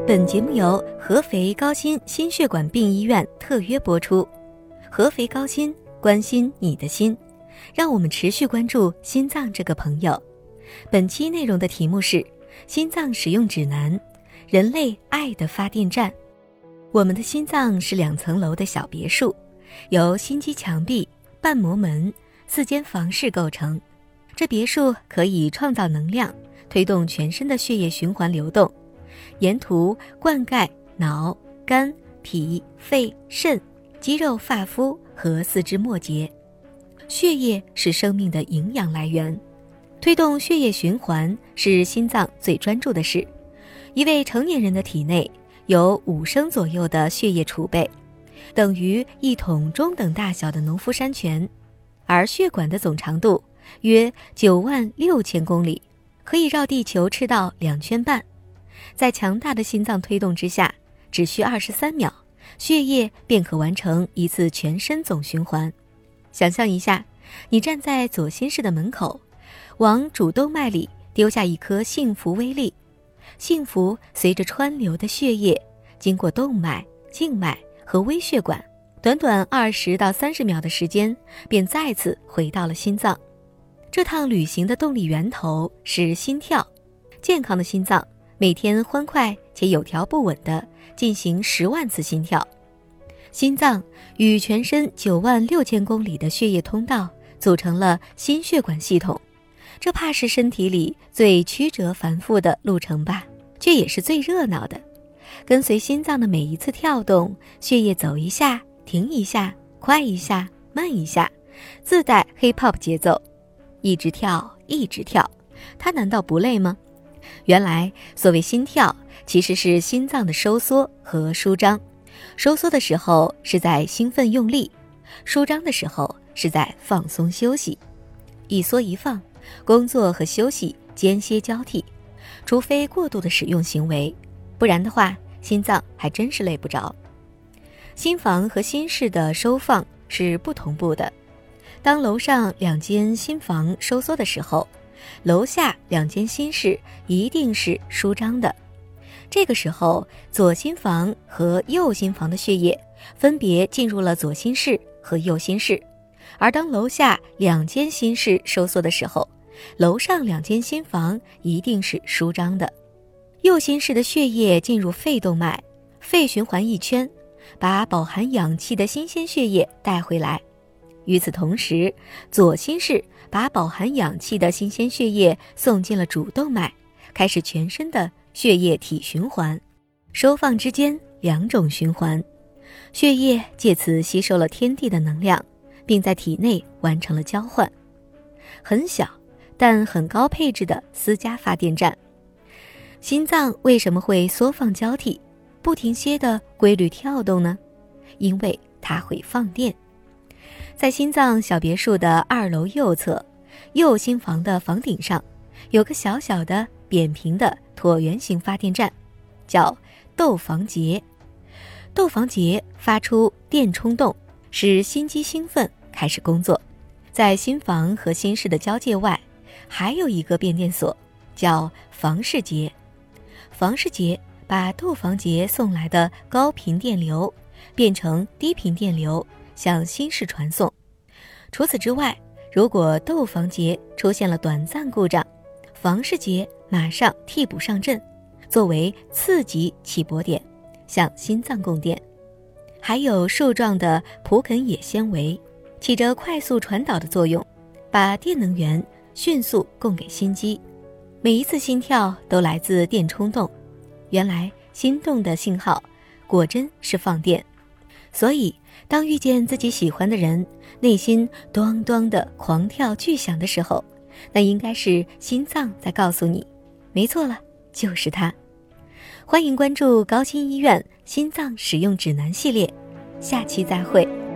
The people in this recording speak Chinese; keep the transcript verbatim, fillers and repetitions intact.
本节目由合肥高新心血管病医院特约播出。合肥高新，关心你的心，让我们持续关注心脏这个朋友。本期内容的题目是心脏使用指南，人类爱的发电站。我们的心脏是两层楼的小别墅，由心肌墙壁、瓣膜门、四间房室构成。这别墅可以创造能量，推动全身的血液循环流动，沿途灌溉脑、肝、脾、肺、肾、肌肉、发肤和四肢末节。血液是生命的营养来源，推动血液循环是心脏最专注的事。一位成年人的体内有五升左右的血液储备，等于一桶中等大小的农夫山泉，而血管的总长度约九万六千公里，可以绕地球赤道两圈半。在强大的心脏推动之下，只需二十三秒，血液便可完成一次全身总循环。想象一下，你站在左心室的门口，往主动脉里丢下一颗幸福微粒，幸福随着川流的血液，经过动脉、静脉和微血管，短短二十到三十秒的时间，便再次回到了心脏。这趟旅行的动力源头是心跳。健康的心脏每天欢快且有条不紊地进行十万次心跳。心脏与全身九万六千公里的血液通道组成了心血管系统，这怕是身体里最曲折繁复的路程吧，却也是最热闹的。跟随心脏的每一次跳动，血液走一下停一下，快一下慢一下，自带 hip hop 节奏，一直跳一直跳，它难道不累吗？原来所谓心跳其实是心脏的收缩和舒张，收缩的时候是在兴奋用力，舒张的时候是在放松休息。一缩一放，工作和休息间歇交替，除非过度的使用行为，不然的话心脏还真是累不着。心房和心室的收放是不同步的，当楼上两间心房收缩的时候，楼下两间心室一定是舒张的。这个时候，左心房和右心房的血液分别进入了左心室和右心室，而当楼下两间心室收缩的时候，楼上两间心房一定是舒张的。右心室的血液进入肺动脉，肺循环一圈，把饱含氧气的新鲜血液带回来。与此同时，左心室把饱含氧气的新鲜血液送进了主动脉，开始全身的血液体循环，收放之间两种循环。血液借此吸收了天地的能量，并在体内完成了交换。很小但很高配置的私家发电站。心脏为什么会缩放交替，不停歇的规律跳动呢？因为它会放电。在心脏小别墅的二楼右侧，右心房的房顶上，有个小小的扁平的椭圆形发电站，叫窦房结。窦房结发出电冲动，使心肌兴奋开始工作。在心房和心室的交界外，还有一个变电所，叫房室结。房室结把窦房结送来的高频电流变成低频电流，向心室传送。除此之外，如果窦房结出现了短暂故障，房室结马上替补上阵，作为次级起搏点，向心脏供电。还有树状的蒲肯野纤维，起着快速传导的作用，把电能源迅速供给心肌。每一次心跳都来自电冲动，原来心动的信号果真是放电。所以当遇见自己喜欢的人，内心咚咚的狂跳巨响的时候，那应该是心脏在告诉你，没错了，就是它。欢迎关注高新医院心脏使用指南系列，下期再会。